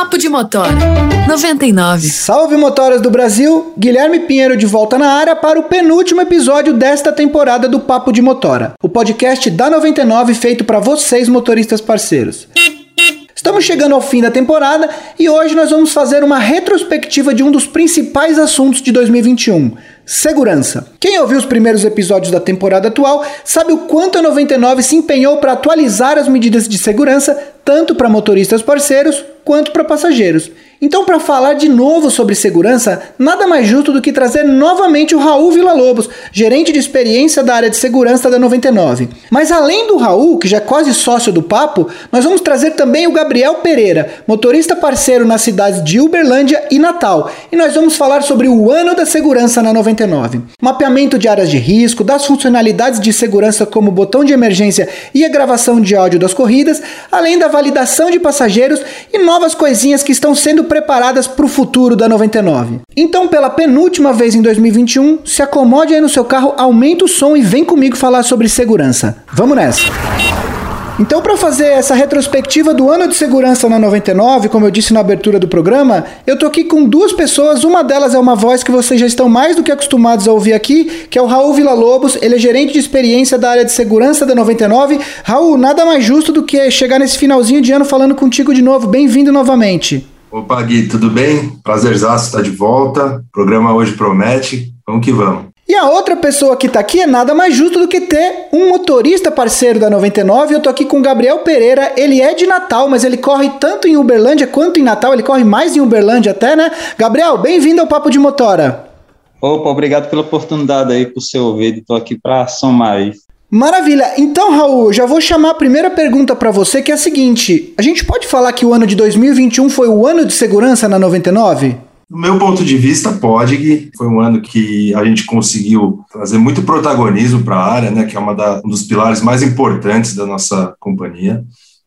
Papo de Motora 99. Salve motoras do Brasil, Guilherme Pinheiro de volta na área para o penúltimo episódio desta temporada do Papo de Motora, o podcast da 99 feito para vocês motoristas parceiros. Estamos chegando ao fim da temporada e hoje nós vamos fazer uma retrospectiva de um dos principais assuntos de 2021, segurança. Quem ouviu os primeiros episódios da temporada atual sabe o quanto a 99 se empenhou para atualizar as medidas de segurança tanto para motoristas parceiros quanto para passageiros. Então, para falar de novo sobre segurança, nada mais justo do que trazer novamente o Raul Villa-Lobos, gerente de experiência da área de segurança da 99. Mas além do Raul, que já é quase sócio do Papo, nós vamos trazer também o Gabriel Pereira, motorista parceiro nas cidades de Uberlândia e Natal. E nós vamos falar sobre o ano da segurança na 99. Mapeamento de áreas de risco, das funcionalidades de segurança como o botão de emergência e a gravação de áudio das corridas, além da validação de passageiros e novas coisinhas que estão sendo preparadas para o futuro da 99. Então, pela penúltima vez em 2021, se acomode aí no seu carro, aumenta o som e vem comigo falar sobre segurança. Vamos nessa! Então, para fazer essa retrospectiva do ano de segurança na 99, como eu disse na abertura do programa, eu tô aqui com duas pessoas. Uma delas é uma voz que vocês já estão mais do que acostumados a ouvir aqui, que é o Raul Villa-Lobos. Ele é gerente de experiência da área de segurança da 99. Raul, nada mais justo do que chegar nesse finalzinho de ano falando contigo de novo. Bem-vindo novamente. Opa, Gui, tudo bem? Prazerzaço estar de volta. O programa hoje promete. Vamos que vamos. E a outra pessoa que tá aqui é nada mais justo do que ter um motorista parceiro da 99. Eu tô aqui com o Gabriel Pereira. Ele é de Natal, mas ele corre tanto em Uberlândia quanto em Natal. Ele corre mais em Uberlândia até, né? Gabriel, bem-vindo ao Papo de Motora. Opa, obrigado pela oportunidade aí por você ouvir. Tô aqui para somar aí. Maravilha. Então, Raul, já vou chamar a primeira pergunta para você, que é a seguinte. A gente pode falar que o ano de 2021 foi o ano de segurança na 99? Do meu ponto de vista, pode, Gui. Foi um ano que a gente conseguiu trazer muito protagonismo para a área, né, que é um dos pilares mais importantes da nossa companhia.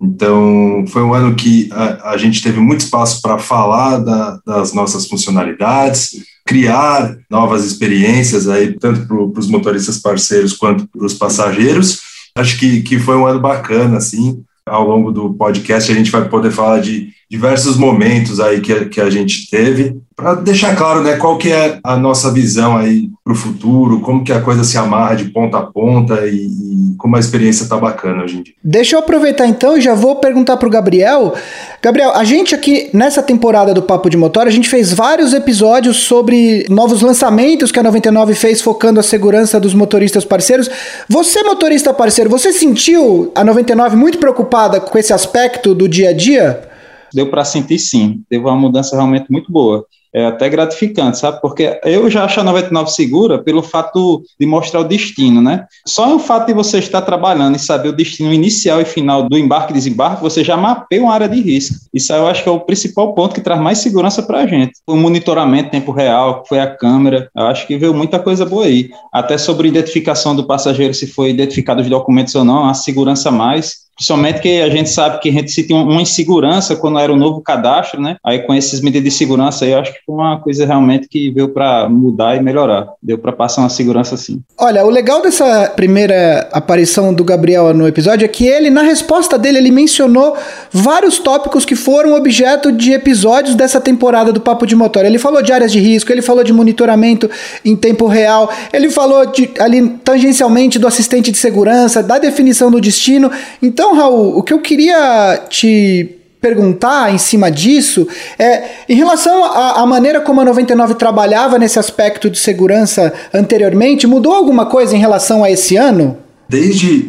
Então, foi um ano que a gente teve muito espaço para falar das nossas funcionalidades, criar novas experiências, aí, tanto para os motoristas parceiros quanto para os passageiros. Acho que foi um ano bacana, assim. Ao longo do podcast, a gente vai poder falar de diversos momentos aí que a gente teve, para deixar claro, né, qual que é a nossa visão aí para o futuro, como que a coisa se amarra de ponta a ponta e como a experiência está bacana hoje em dia. Deixa eu aproveitar então e já vou perguntar para o Gabriel. Gabriel, a gente aqui nessa temporada do Papo de Motora, a gente fez vários episódios sobre novos lançamentos que a 99 fez focando a segurança dos motoristas parceiros. Você, motorista parceiro, você sentiu a 99 muito preocupada com esse aspecto do dia a dia? Deu para sentir, sim. Teve uma mudança realmente muito boa. É até gratificante, sabe? Porque eu já acho a 99 segura pelo fato de mostrar o destino, né? Só o fato de você estar trabalhando e saber o destino inicial e final do embarque e desembarque, você já mapeia uma área de risco. Isso aí eu acho que é o principal ponto que traz mais segurança para a gente. O monitoramento em tempo real, que foi a câmera, eu acho que veio muita coisa boa aí. Até sobre identificação do passageiro, se foi identificado os documentos ou não, a segurança a mais. Principalmente que a gente sabe que a gente sentiu uma insegurança quando era o novo cadastro, né? Aí com essas medidas de segurança aí, eu acho que foi uma coisa realmente que veio para mudar e melhorar. Deu para passar uma segurança sim. Olha, o legal dessa primeira aparição do Gabriel no episódio é que ele, na resposta dele, ele mencionou vários tópicos que foram objeto de episódios dessa temporada do Papo de Motora. Ele falou de áreas de risco, ele falou de monitoramento em tempo real, ele falou ali tangencialmente do assistente de segurança, da definição do destino. Então, Raul, o que eu queria te perguntar em cima disso é, em relação à maneira como a 99 trabalhava nesse aspecto de segurança anteriormente, mudou alguma coisa em relação a esse ano? Desde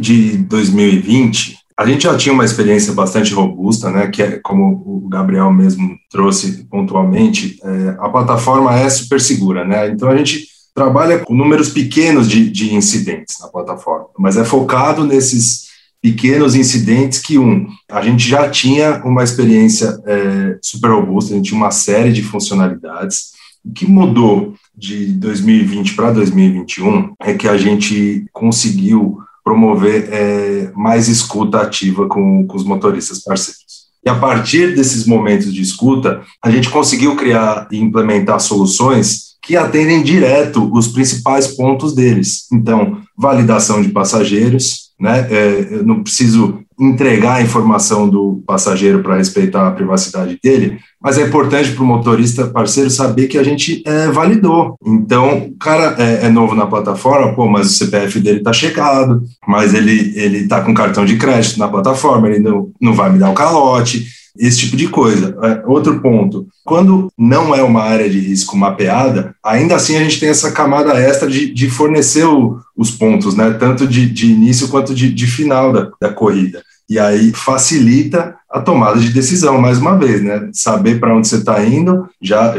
2020, a gente já tinha uma experiência bastante robusta, né, que é, como o Gabriel mesmo trouxe pontualmente, a plataforma é super segura, né, então a gente trabalha com números pequenos de incidentes na plataforma, mas é focado nesses pequenos incidentes que, a gente já tinha uma experiência super robusta, a gente tinha uma série de funcionalidades. O que mudou de 2020 para 2021 é que a gente conseguiu promover mais escuta ativa com os motoristas parceiros. E a partir desses momentos de escuta, a gente conseguiu criar e implementar soluções que atendem direto os principais pontos deles. Então, validação de passageiros, né? Eu não preciso entregar a informação do passageiro para respeitar a privacidade dele, mas é importante para o motorista parceiro saber que a gente validou. Então, o cara é novo na plataforma, mas o CPF dele está checado, mas ele está com cartão de crédito na plataforma, ele não vai me dar o calote, esse tipo de coisa. Outro ponto, quando não é uma área de risco mapeada, ainda assim a gente tem essa camada extra de fornecer os pontos, né, tanto de início quanto de final da corrida. E aí facilita a tomada de decisão, mais uma vez, né? Saber para onde você está indo já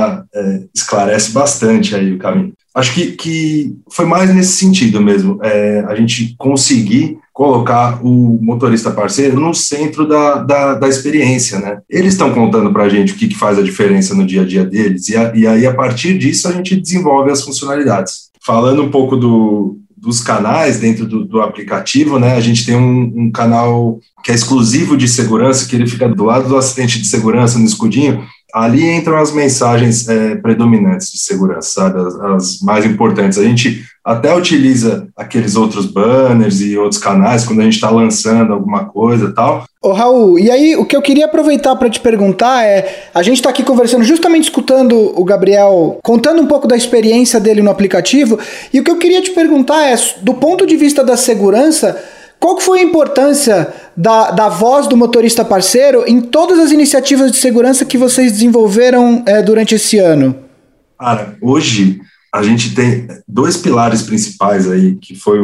esclarece bastante aí o caminho. Acho que foi mais nesse sentido mesmo, a gente conseguir colocar o motorista parceiro no centro da experiência, né? Eles estão contando para a gente o que faz a diferença no dia a dia deles, e aí, a partir disso, a gente desenvolve as funcionalidades. Falando um pouco dos canais dentro do aplicativo, né? A gente tem um canal que é exclusivo de segurança, que ele fica do lado do assistente de segurança, no escudinho. Ali entram as mensagens predominantes de segurança, sabe? As mais importantes. A gente até utiliza aqueles outros banners e outros canais quando a gente está lançando alguma coisa e tal. Ô Raul, e aí o que eu queria aproveitar para te perguntar a gente está aqui conversando, justamente escutando o Gabriel, contando um pouco da experiência dele no aplicativo, e o que eu queria te perguntar do ponto de vista da segurança, qual que foi a importância da voz do motorista parceiro em todas as iniciativas de segurança que vocês desenvolveram durante esse ano? Cara, hoje a gente tem 2 pilares principais aí, que foi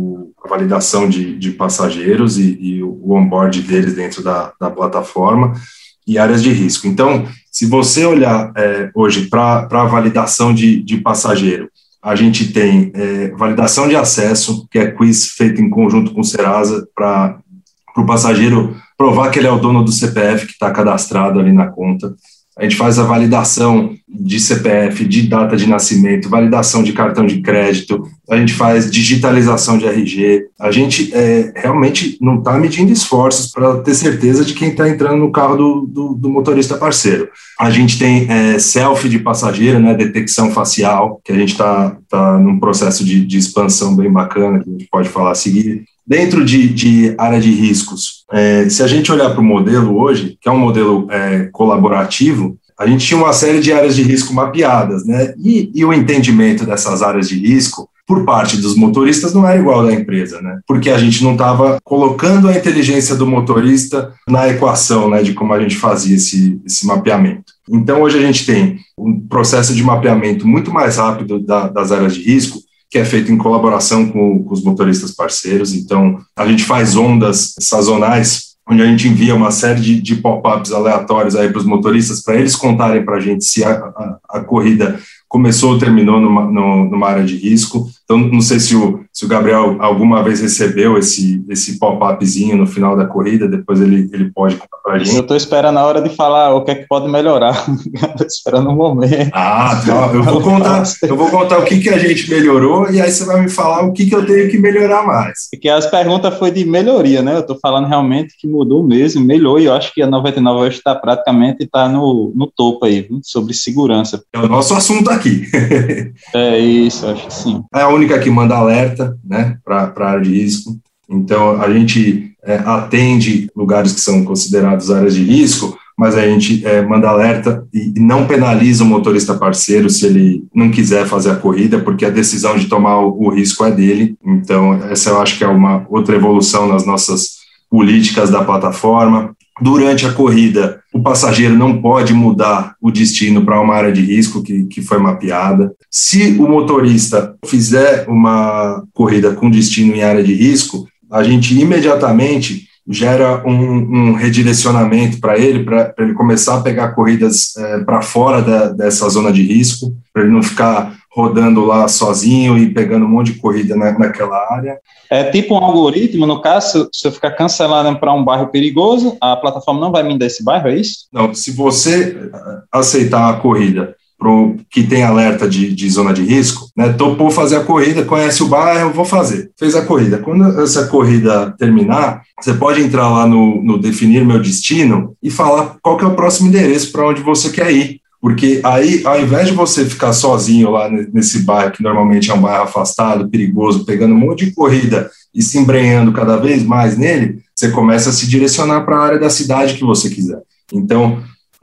a validação de passageiros e o onboard deles dentro da plataforma e áreas de risco. Então, se você olhar hoje para a validação de passageiro, a gente tem validação de acesso, que é quiz feito em conjunto com o Serasa para o passageiro provar que ele é o dono do CPF que está cadastrado ali na conta. A gente faz a validação de CPF, de data de nascimento, validação de cartão de crédito, a gente faz digitalização de RG. A gente realmente não está medindo esforços para ter certeza de quem está entrando no carro do motorista parceiro. A gente tem selfie de passageiro, né, detecção facial, que a gente está num processo de expansão bem bacana, que a gente pode falar a seguir. Dentro de área de riscos, se a gente olhar para o modelo hoje, que é um modelo colaborativo, a gente tinha uma série de áreas de risco mapeadas, né? E o entendimento dessas áreas de risco por parte dos motoristas não era igual da empresa, né? Porque a gente não estava colocando a inteligência do motorista na equação, né, de como a gente fazia esse mapeamento. Então, hoje a gente tem um processo de mapeamento muito mais rápido das áreas de risco, que é feito em colaboração com os motoristas parceiros. Então, a gente faz ondas sazonais, onde a gente envia uma série de pop-ups aleatórios aí para os motoristas, para eles contarem para a gente se a corrida começou ou terminou numa área de risco. Então, não sei se o Gabriel alguma vez recebeu esse pop-upzinho no final da corrida, depois ele pode contar para a gente. Eu estou esperando a hora de falar o que é que pode melhorar. Estou esperando um momento. Então, eu vou contar o que a gente melhorou, e aí você vai me falar o que eu tenho que melhorar mais. Porque as perguntas foi de melhoria, né? Eu estou falando realmente que mudou mesmo, melhorou, e eu acho que a 99 hoje está praticamente no topo aí, viu? Sobre segurança. É o nosso assunto aqui. É isso, acho que sim. É a única que manda alerta, né, para a área de risco. Então, a gente atende lugares que são considerados áreas de risco, mas a gente manda alerta e não penaliza o motorista parceiro se ele não quiser fazer a corrida, porque a decisão de tomar o risco é dele. Então, essa eu acho que é uma outra evolução nas nossas políticas da plataforma. Durante a corrida, o passageiro não pode mudar o destino para uma área de risco que foi mapeada. Se o motorista fizer uma corrida com destino em área de risco, a gente imediatamente gera um redirecionamento para ele começar a pegar corridas para fora dessa zona de risco, para ele não ficar rodando lá sozinho e pegando um monte de corrida naquela área. É tipo um algoritmo, no caso, se eu ficar cancelando para um bairro perigoso, a plataforma não vai me dar esse bairro, é isso? Não, se você aceitar a corrida que tem alerta de zona de risco, né, topou fazer a corrida, conhece o bairro, vou fazer. Fez a corrida. Quando essa corrida terminar, você pode entrar lá no definir meu destino e falar qual que é o próximo endereço para onde você quer ir. Porque aí, ao invés de você ficar sozinho lá nesse bairro, que normalmente é um bairro afastado, perigoso, pegando um monte de corrida e se embrenhando cada vez mais nele, você começa a se direcionar para a área da cidade que você quiser. Então,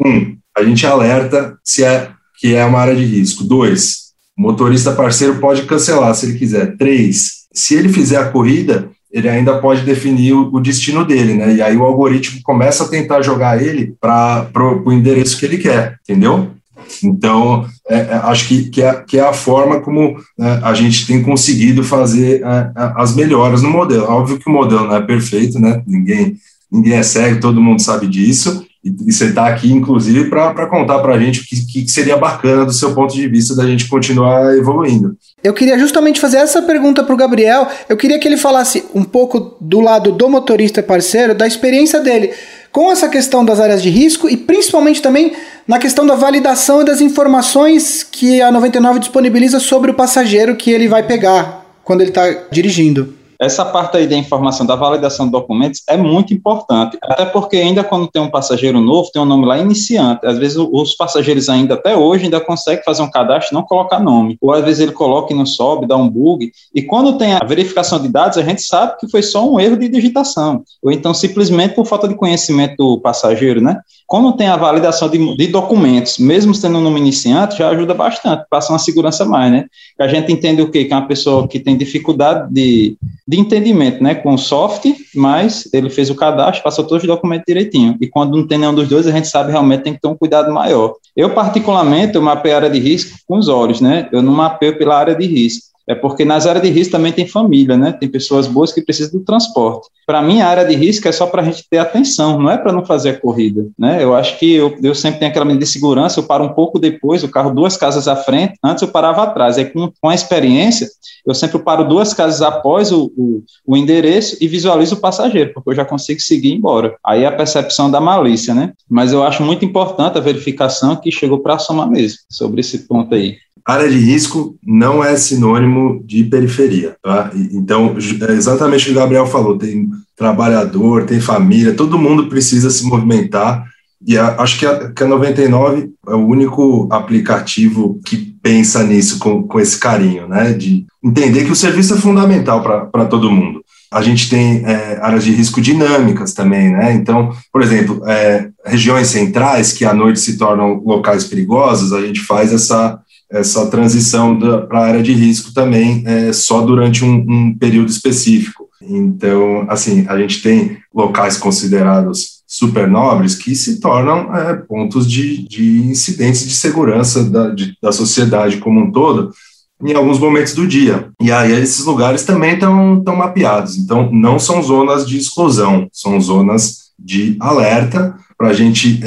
a gente alerta que é uma área de risco. 2, o motorista parceiro pode cancelar se ele quiser. 3, se ele fizer a corrida, ele ainda pode definir o destino dele, né? E aí o algoritmo começa a tentar jogar ele para o endereço que ele quer, entendeu? Então, acho que é a forma como a gente tem conseguido fazer as melhoras no modelo. Óbvio que o modelo não é perfeito, né? Ninguém é cego, todo mundo sabe disso. E você está aqui, inclusive, para contar para a gente o que seria bacana do seu ponto de vista da gente continuar evoluindo. Eu queria justamente fazer essa pergunta para o Gabriel. Eu queria que ele falasse um pouco do lado do motorista parceiro, da experiência dele com essa questão das áreas de risco e principalmente também na questão da validação e das informações que a 99 disponibiliza sobre o passageiro que ele vai pegar quando ele está dirigindo. Essa parte aí da informação da validação de documentos é muito importante, até porque ainda quando tem um passageiro novo, tem um nome lá iniciante, às vezes os passageiros ainda, até hoje, ainda conseguem fazer um cadastro e não colocar nome, ou às vezes ele coloca e não sobe, dá um bug, e quando tem a verificação de dados, a gente sabe que foi só um erro de digitação, ou então simplesmente por falta de conhecimento do passageiro, né? Quando tem a validação de documentos, mesmo sendo um nome iniciante, já ajuda bastante, passa uma segurança a mais, né? Que a gente entende o quê? Que é uma pessoa que tem dificuldade de entendimento, né, com o soft, mas ele fez o cadastro, passou todos os documentos direitinho, e quando não tem nenhum dos dois, a gente sabe realmente tem que ter um cuidado maior. Eu, particularmente, eu mapeio a área de risco com os olhos, né, eu não mapeio pela área de risco, é porque nas áreas de risco também tem família, né? Tem pessoas boas que precisam do transporte. Para mim, a área de risco é só para a gente ter atenção, não é para não fazer a corrida, né? Eu acho que eu sempre tenho aquela medida de segurança, eu paro um pouco depois, o carro 2 casas à frente, antes eu parava atrás. Aí com a experiência, eu sempre paro 2 casas após o endereço e visualizo o passageiro, porque eu já consigo seguir embora. Aí é a percepção da malícia, né? Mas eu acho muito importante a verificação que chegou para somar mesmo, sobre esse ponto aí. Área de risco não é sinônimo de periferia, tá? Então, é exatamente o que o Gabriel falou, tem trabalhador, tem família, todo mundo precisa se movimentar, e acho que a 99 é o único aplicativo que pensa nisso com esse carinho, né? De entender que o serviço é fundamental para todo mundo. A gente tem áreas de risco dinâmicas também, né? Então, por exemplo, regiões centrais que à noite se tornam locais perigosos, a gente faz essa transição para a área de risco também só durante um período específico. Então, assim, a gente tem locais considerados super nobres que se tornam pontos de incidentes de segurança da sociedade como um todo em alguns momentos do dia. E aí esses lugares também estão mapeados. Então, não são zonas de exclusão, são zonas de alerta para a gente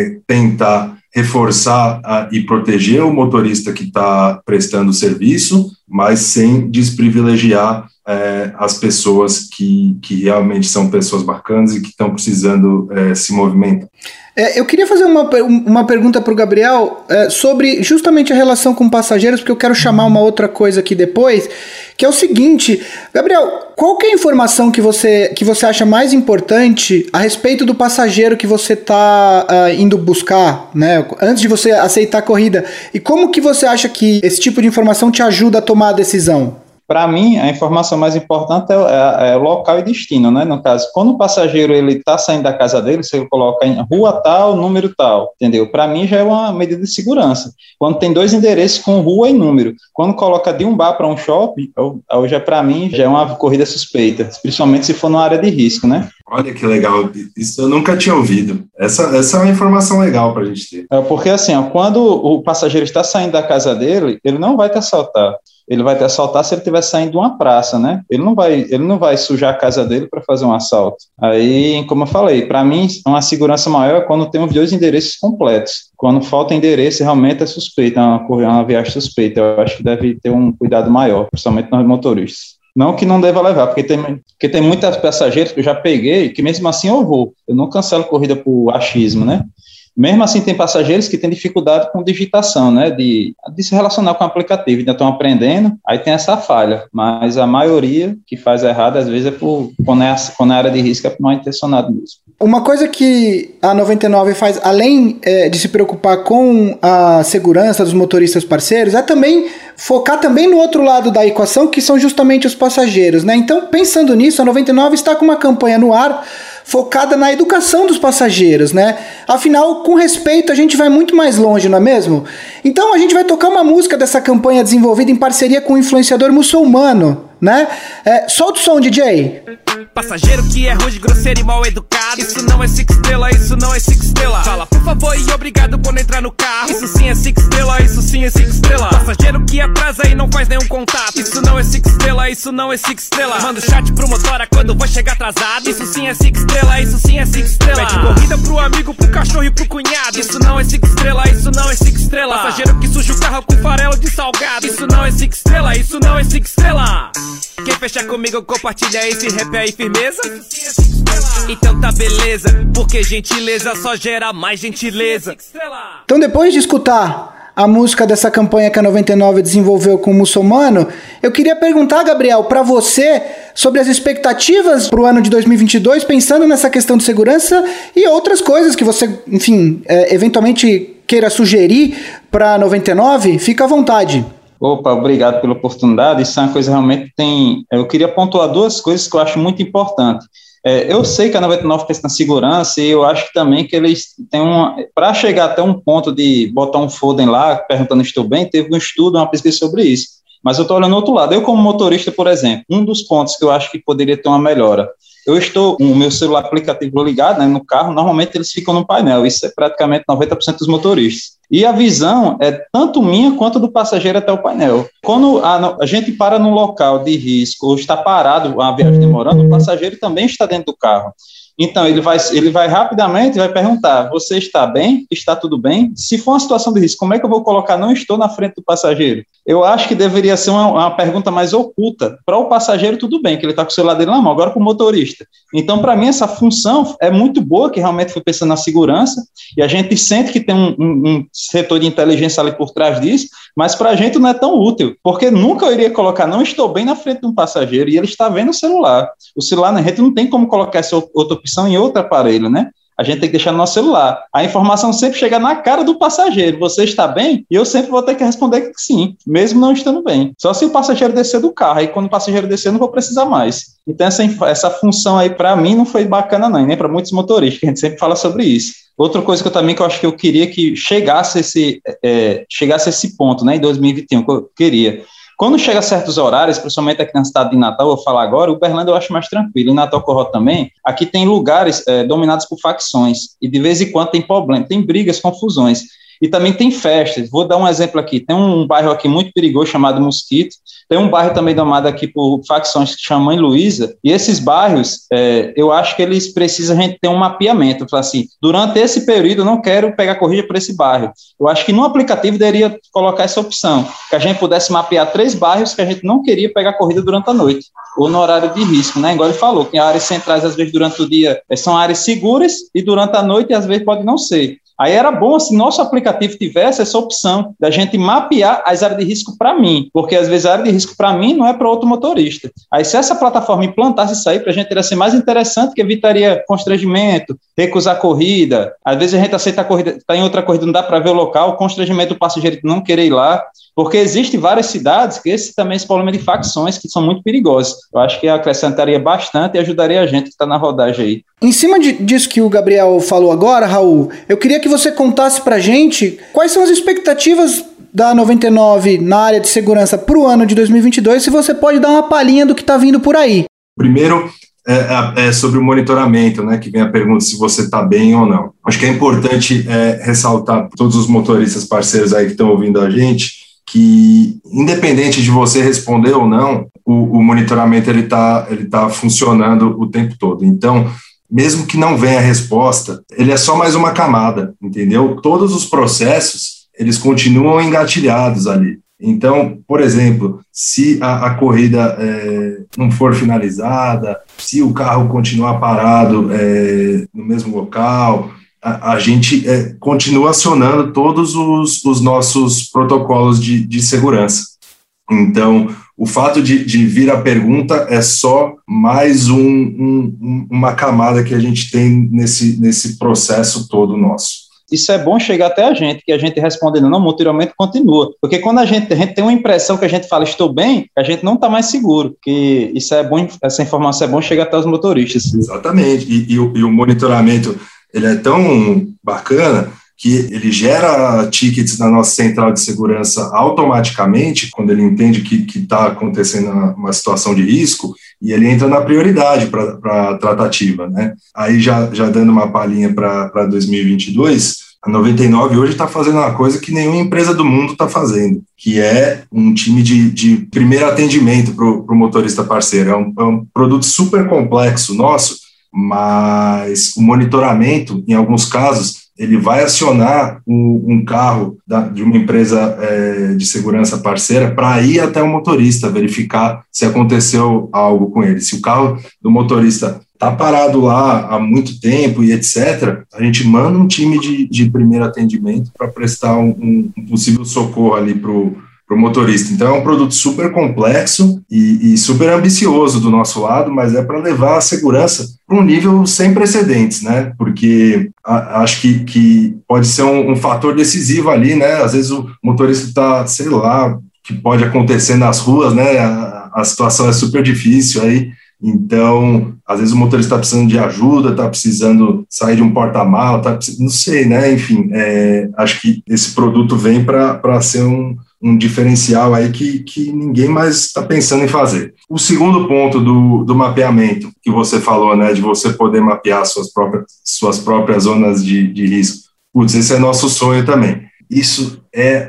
tentar reforçar e proteger o motorista que está prestando o serviço, mas sem desprivilegiar as pessoas que realmente são pessoas bacanas e que estão precisando se movimentar. Eu queria fazer uma pergunta para o Gabriel sobre justamente a relação com passageiros, porque eu quero chamar uma outra coisa aqui depois, que é o seguinte, Gabriel, qual que é a informação que você acha mais importante a respeito do passageiro que você está indo buscar, né, antes de você aceitar a corrida? E como que você acha que esse tipo de informação te ajuda a tomar a decisão? Para mim, a informação mais importante é local e destino, né? No caso, quando o passageiro está saindo da casa dele, você coloca em rua tal, número tal, entendeu? Para mim já é uma medida de segurança. Quando tem 2 endereços com rua e número, quando coloca de um bar para um shopping, já para mim já é uma corrida suspeita, principalmente se for numa área de risco, né? Olha que legal, isso eu nunca tinha ouvido. Essa é uma informação legal para a gente ter. Porque assim, quando o passageiro está saindo da casa dele, ele não vai te assaltar. Ele vai te assaltar se ele estiver saindo de uma praça, né? Ele não vai sujar a casa dele para fazer um assalto. Aí, como eu falei, para mim, uma segurança maior é quando tem os 2 endereços completos. Quando falta endereço, realmente é suspeita, é uma viagem suspeita. Eu acho que deve ter um cuidado maior, principalmente nos motoristas. Não que não deva levar, porque tem muitas passageiros que eu já peguei, que mesmo assim eu não cancelo corrida por achismo, né? Mesmo assim, tem passageiros que têm dificuldade com digitação, né, de se relacionar com o aplicativo, ainda estão aprendendo, aí tem essa falha, mas a maioria que faz errado, às vezes, quando é área de risco, é por mal intencionado mesmo. Uma coisa que a 99 faz, além de se preocupar com a segurança dos motoristas parceiros, é também focar também no outro lado da equação, que são justamente os passageiros, né? Então, pensando nisso, a 99 está com uma campanha no ar focada na educação dos passageiros, né? Afinal, com respeito, a gente vai muito mais longe, não é mesmo? Então, a gente vai tocar uma música dessa campanha desenvolvida em parceria com um influenciador muçulmano, né? Solta o som, DJ. Passageiro que é rude, grosseiro e mal educado, isso não é six estrela, isso não é six estrela. Fala por favor e obrigado por não entrar no carro, isso sim é six estrela, isso sim é six estrela. Passageiro que atrasa e não faz nenhum contato, isso não é six estrela, isso não é six estrela. Manda chat pro motora quando vai chegar atrasado, isso sim é six estrela, isso sim é six estrela. Pede corrida pro amigo, pro cachorro e pro cunhado, isso não é six estrela, isso não é six estrela. Passageiro que suja o carro com farelo de salgado, isso não é six estrela, isso não é six estrela. Quem fechar comigo compartilha esse rap aí, firmeza? Então tá beleza, porque gentileza só gera mais gentileza. Então, depois de escutar a música dessa campanha que a 99 desenvolveu com o muçulmano, eu queria perguntar, Gabriel, para você sobre as expectativas para o ano de 2022, pensando nessa questão de segurança e outras coisas que você, enfim, eventualmente queira sugerir para a 99, fica à vontade. Opa, obrigado pela oportunidade. Isso é uma coisa realmente eu queria pontuar duas coisas que eu acho muito importante. Eu sei que a 99 pensa na segurança e eu acho também que eles têm para chegar até um ponto de botar um Foden lá, perguntando estou bem, teve um estudo, uma pesquisa sobre isso. Mas eu estou olhando do outro lado. Eu, como motorista, por exemplo, um dos pontos que eu acho que poderia ter uma melhora, eu estou com o meu celular aplicativo ligado, né, no carro, normalmente eles ficam no painel, isso é praticamente 90% dos motoristas. E a visão é tanto minha quanto do passageiro até o painel. Quando a gente para num local de risco ou está parado, a viagem demorando, o passageiro também está dentro do carro. Então, ele vai rapidamente, vai perguntar, você está bem? Está tudo bem? Se for uma situação de risco, como é que eu vou colocar não estou na frente do passageiro? Eu acho que deveria ser uma pergunta mais oculta. Para o passageiro, tudo bem, que ele está com o celular dele na mão, agora para o motorista. Então, para mim, essa função é muito boa, que realmente foi pensando na segurança, e a gente sente que tem um setor de inteligência ali por trás disso, mas para a gente não é tão útil, porque nunca eu iria colocar não estou bem na frente de um passageiro, e ele está vendo o celular. O celular, a gente não tem como colocar essa outra opção em outro aparelho, né? A gente tem que deixar no nosso celular. A informação sempre chega na cara do passageiro. Você está bem? E eu sempre vou ter que responder que sim, mesmo não estando bem. Só se o passageiro descer do carro. Aí quando o passageiro descer, eu não vou precisar mais. Então essa função aí, para mim, não foi bacana não, e nem para muitos motoristas, que a gente sempre fala sobre isso. Outra coisa que eu acho que eu queria que chegasse esse ponto, né, em 2021, que eu queria. Quando chega a certos horários, principalmente aqui na cidade de Natal, eu vou falar agora, o Uberlândia eu acho mais tranquilo, em Natal Corró também, aqui tem lugares dominados por facções, e de vez em quando tem problema, tem brigas, confusões, e também tem festas. Vou dar um exemplo aqui, tem um bairro aqui muito perigoso chamado Mosquito, tem um bairro também domado aqui por facções que chama Mãe Luísa, e esses bairros, eu acho que eles precisam a gente ter um mapeamento, falar assim, durante esse período eu não quero pegar corrida para esse bairro. Eu acho que no aplicativo deveria colocar essa opção, que a gente pudesse mapear 3 bairros que a gente não queria pegar corrida durante a noite, ou no horário de risco, né? Igual ele falou, que áreas centrais, às vezes, durante o dia são áreas seguras, e durante a noite, às vezes, pode não ser. Aí era bom se nosso aplicativo tivesse essa opção da gente mapear as áreas de risco para mim, porque às vezes a área de risco para mim não é para outro motorista. Aí se essa plataforma implantasse isso aí, para a gente iria ser mais interessante, que evitaria constrangimento, recusar corrida, às vezes a gente aceita a corrida, está em outra corrida, não dá para ver o local, constrangimento do passageiro não querer ir lá, porque existem várias cidades que esse problema de facções que são muito perigosos. Eu acho que acrescentaria bastante e ajudaria a gente que está na rodagem aí. Em cima disso que o Gabriel falou agora, Raul, eu queria que você contasse pra gente quais são as expectativas da 99 na área de segurança para o ano de 2022, se você pode dar uma palhinha do que está vindo por aí. Primeiro, é sobre o monitoramento, né, que vem a pergunta se você está bem ou não. Acho que é importante ressaltar para todos os motoristas parceiros aí que estão ouvindo a gente, que independente de você responder ou não, o monitoramento ele tá funcionando o tempo todo. Então, mesmo que não venha a resposta, ele é só mais uma camada, entendeu? Todos os processos, eles continuam engatilhados ali. Então, por exemplo, se a corrida não for finalizada, se o carro continuar parado no mesmo local, a gente continua acionando todos os nossos protocolos de segurança. Então, o fato de vir a pergunta é só mais uma camada que a gente tem nesse processo todo nosso. Isso é bom chegar até a gente, que a gente respondendo, não, o monitoramento continua. Porque quando a gente tem uma impressão que a gente fala, estou bem, a gente não está mais seguro. Que isso é bom, essa informação é bom chegar até os motoristas. Exatamente. E o monitoramento, ele é tão bacana que ele gera tickets na nossa central de segurança automaticamente, quando ele entende que está acontecendo uma situação de risco, e ele entra na prioridade para a tratativa, né? Aí já dando uma palhinha para 2022, a 99 hoje está fazendo uma coisa que nenhuma empresa do mundo está fazendo, que é um time de primeiro atendimento para o motorista parceiro. É um produto super complexo nosso, mas o monitoramento, em alguns casos, ele vai acionar um carro de uma empresa de segurança parceira para ir até o motorista, verificar se aconteceu algo com ele. Se o carro do motorista está parado lá há muito tempo e etc., a gente manda um time de primeiro atendimento para prestar um possível socorro ali para o motorista. Então é um produto super complexo e super ambicioso do nosso lado, mas é para levar a segurança para um nível sem precedentes, né? Porque acho que pode ser um fator decisivo ali, né? Às vezes o motorista está, sei lá, o que pode acontecer nas ruas, né? A situação é super difícil aí. Então, às vezes o motorista está precisando de ajuda, está precisando sair de um porta-mala, não sei, né? Enfim, acho que esse produto vem para ser um diferencial aí que ninguém mais está pensando em fazer. O segundo ponto do mapeamento que você falou, né, de você poder mapear suas próprias zonas de risco. Putz, esse é nosso sonho também. Isso é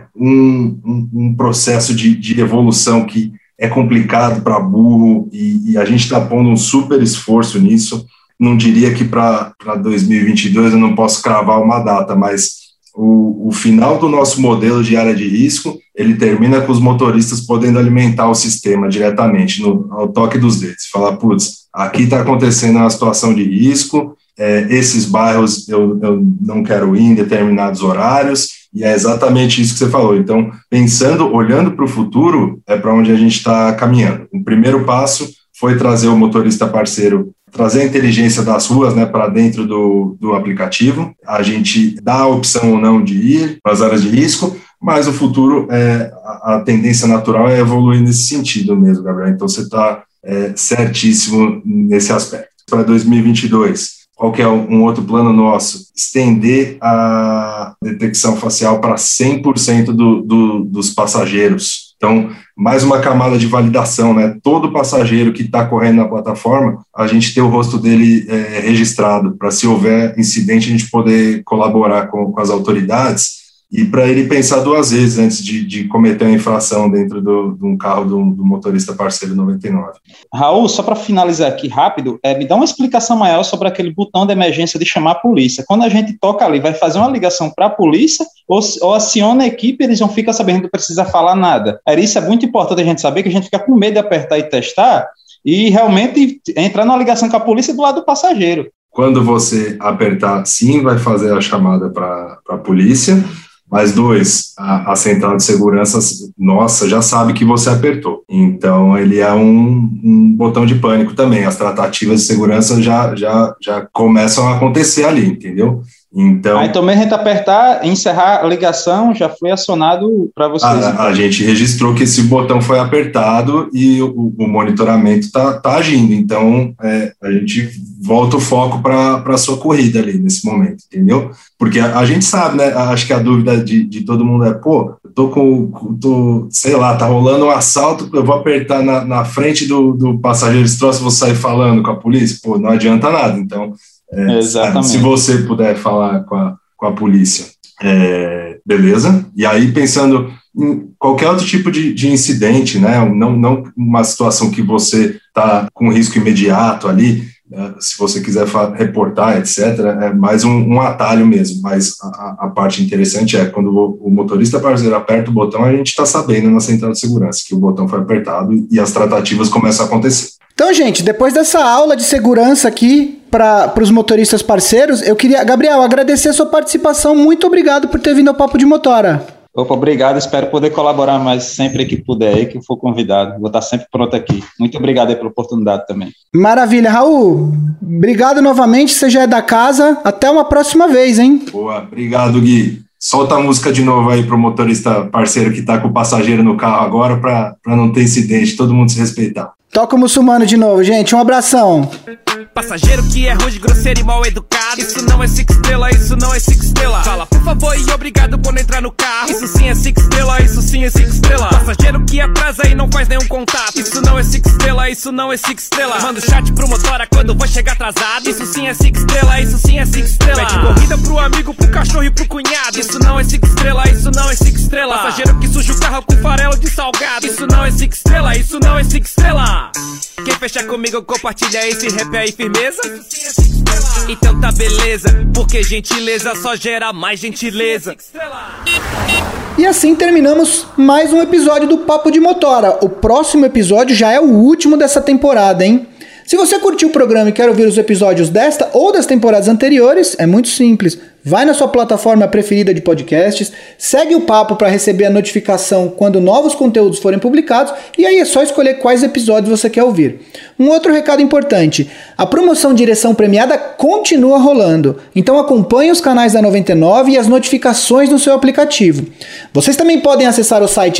um processo de evolução que é complicado para burro e a gente está pondo um super esforço nisso. Não diria que para 2022 eu não posso cravar uma data, mas o final do nosso modelo de área de risco, ele termina com os motoristas podendo alimentar o sistema diretamente, ao toque dos dedos. Falar, putz, aqui está acontecendo uma situação de risco, esses bairros eu não quero ir em determinados horários, e é exatamente isso que você falou. Então, olhando para o futuro, é para onde a gente está caminhando. O primeiro passo foi trazer o motorista parceiro, trazer a inteligência das ruas, né, para dentro do aplicativo. A gente dá a opção ou não de ir para as áreas de risco, mas o futuro, a tendência natural é evoluir nesse sentido mesmo, Gabriel. Então, você está certíssimo nesse aspecto. Para 2022, qual que é um outro plano nosso? Estender a detecção facial para 100% dos passageiros. Então, mais uma camada de validação, né? Todo passageiro que está correndo na plataforma, a gente ter o rosto dele registrado, para se houver incidente a gente poder colaborar com as autoridades e para ele pensar duas vezes antes de cometer uma infração dentro de um carro do motorista parceiro 99. Raul, só para finalizar aqui rápido, me dá uma explicação maior sobre aquele botão de emergência de chamar a polícia. Quando a gente toca ali, vai fazer uma ligação para a polícia ou aciona a equipe, eles não ficam sabendo, não precisa falar nada. Isso é muito importante a gente saber, que a gente fica com medo de apertar e testar e realmente entrar na ligação com a polícia do lado do passageiro. Quando você apertar, sim, vai fazer a chamada para a polícia. Mas a central de segurança, nossa, já sabe que você apertou. Então, ele é um botão de pânico também. As tratativas de segurança já começam a acontecer ali, entendeu? Então, aí também a gente apertar, encerrar a ligação, já foi acionado para vocês. A gente registrou que esse botão foi apertado e o monitoramento tá agindo. Então, a gente volta o foco para a sua corrida ali nesse momento, entendeu? Porque a gente sabe, né? Acho que a dúvida de todo mundo é, sei lá, tá rolando um assalto, eu vou apertar na frente do passageiro, esse troço, vou sair falando com a polícia? Pô, não adianta nada. Então, exatamente. Se você puder falar com a polícia, beleza? E aí, pensando em qualquer outro tipo de incidente, né? Não uma situação que você está com risco imediato ali, se você quiser reportar, etc., é mais um atalho mesmo, mas a parte interessante é quando o motorista parceiro aperta o botão, a gente está sabendo na central de segurança que o botão foi apertado e as tratativas começam a acontecer. Então, gente, depois dessa aula de segurança aqui, para os motoristas parceiros, eu queria, Gabriel, agradecer a sua participação. Muito obrigado por ter vindo ao Papo de Motora. Opa, obrigado. Espero poder colaborar mais sempre que puder aí, que for convidado. Vou estar sempre pronto aqui. Muito obrigado aí pela oportunidade também. Maravilha. Raul, obrigado novamente. Você já é da casa. Até uma próxima vez, hein? Boa. Obrigado, Gui. Solta a música de novo aí pro motorista parceiro que tá com o passageiro no carro agora para não ter incidente, todo mundo se respeitar. Toca o muçulmano de novo, gente. Um abração. Passageiro que é rude, grosseiro e mal educado. Isso não é 5 estrelas, isso não é 5 estrelas. Fala por favor e obrigado por não entrar no carro. Isso sim é 5 estrelas, isso sim é 5 estrelas. Passageiro que atrasa e não faz nenhum contato. Isso não é 5 estrelas, isso não é 5 estrelas. Manda o chat pro motora quando vai chegar atrasado. Isso sim é 5 estrelas, isso sim é 5 estrelas. Pede corrida pro amigo, pro cachorro e pro cunhado. Isso não é 5 estrelas, isso não é 5 estrelas. Passageiro que suja o carro com farelo de salgado. Isso não é 5 estrelas, isso não é 5 estrelas. Quem fecha comigo compartilha esse rap aí, firmeza? Então tá beleza, porque gentileza só gera mais gentileza. E assim terminamos mais um episódio do Papo de Motora. O próximo episódio já é o último dessa temporada, hein? Se você curtiu o programa e quer ouvir os episódios desta ou das temporadas anteriores, é muito simples. Vai na sua plataforma preferida de podcasts, segue o Papo para receber a notificação quando novos conteúdos forem publicados, e aí é só escolher quais episódios você quer ouvir. Um outro recado importante, a promoção Direção Premiada continua rolando, então acompanhe os canais da 99 e as notificações no seu aplicativo. Vocês também podem acessar o site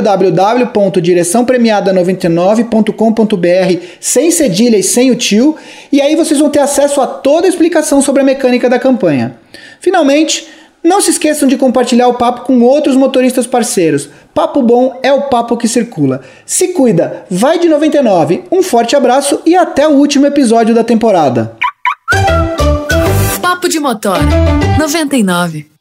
www.direçãopremiada99.com.br sem cedilha e sem o tio, e aí vocês vão ter acesso a toda a explicação sobre a mecânica da campanha. Finalmente, não se esqueçam de compartilhar o papo com outros motoristas parceiros. Papo bom é o papo que circula. Se cuida, vai de 99. Um forte abraço e até o último episódio da temporada. Papo de Motora 99.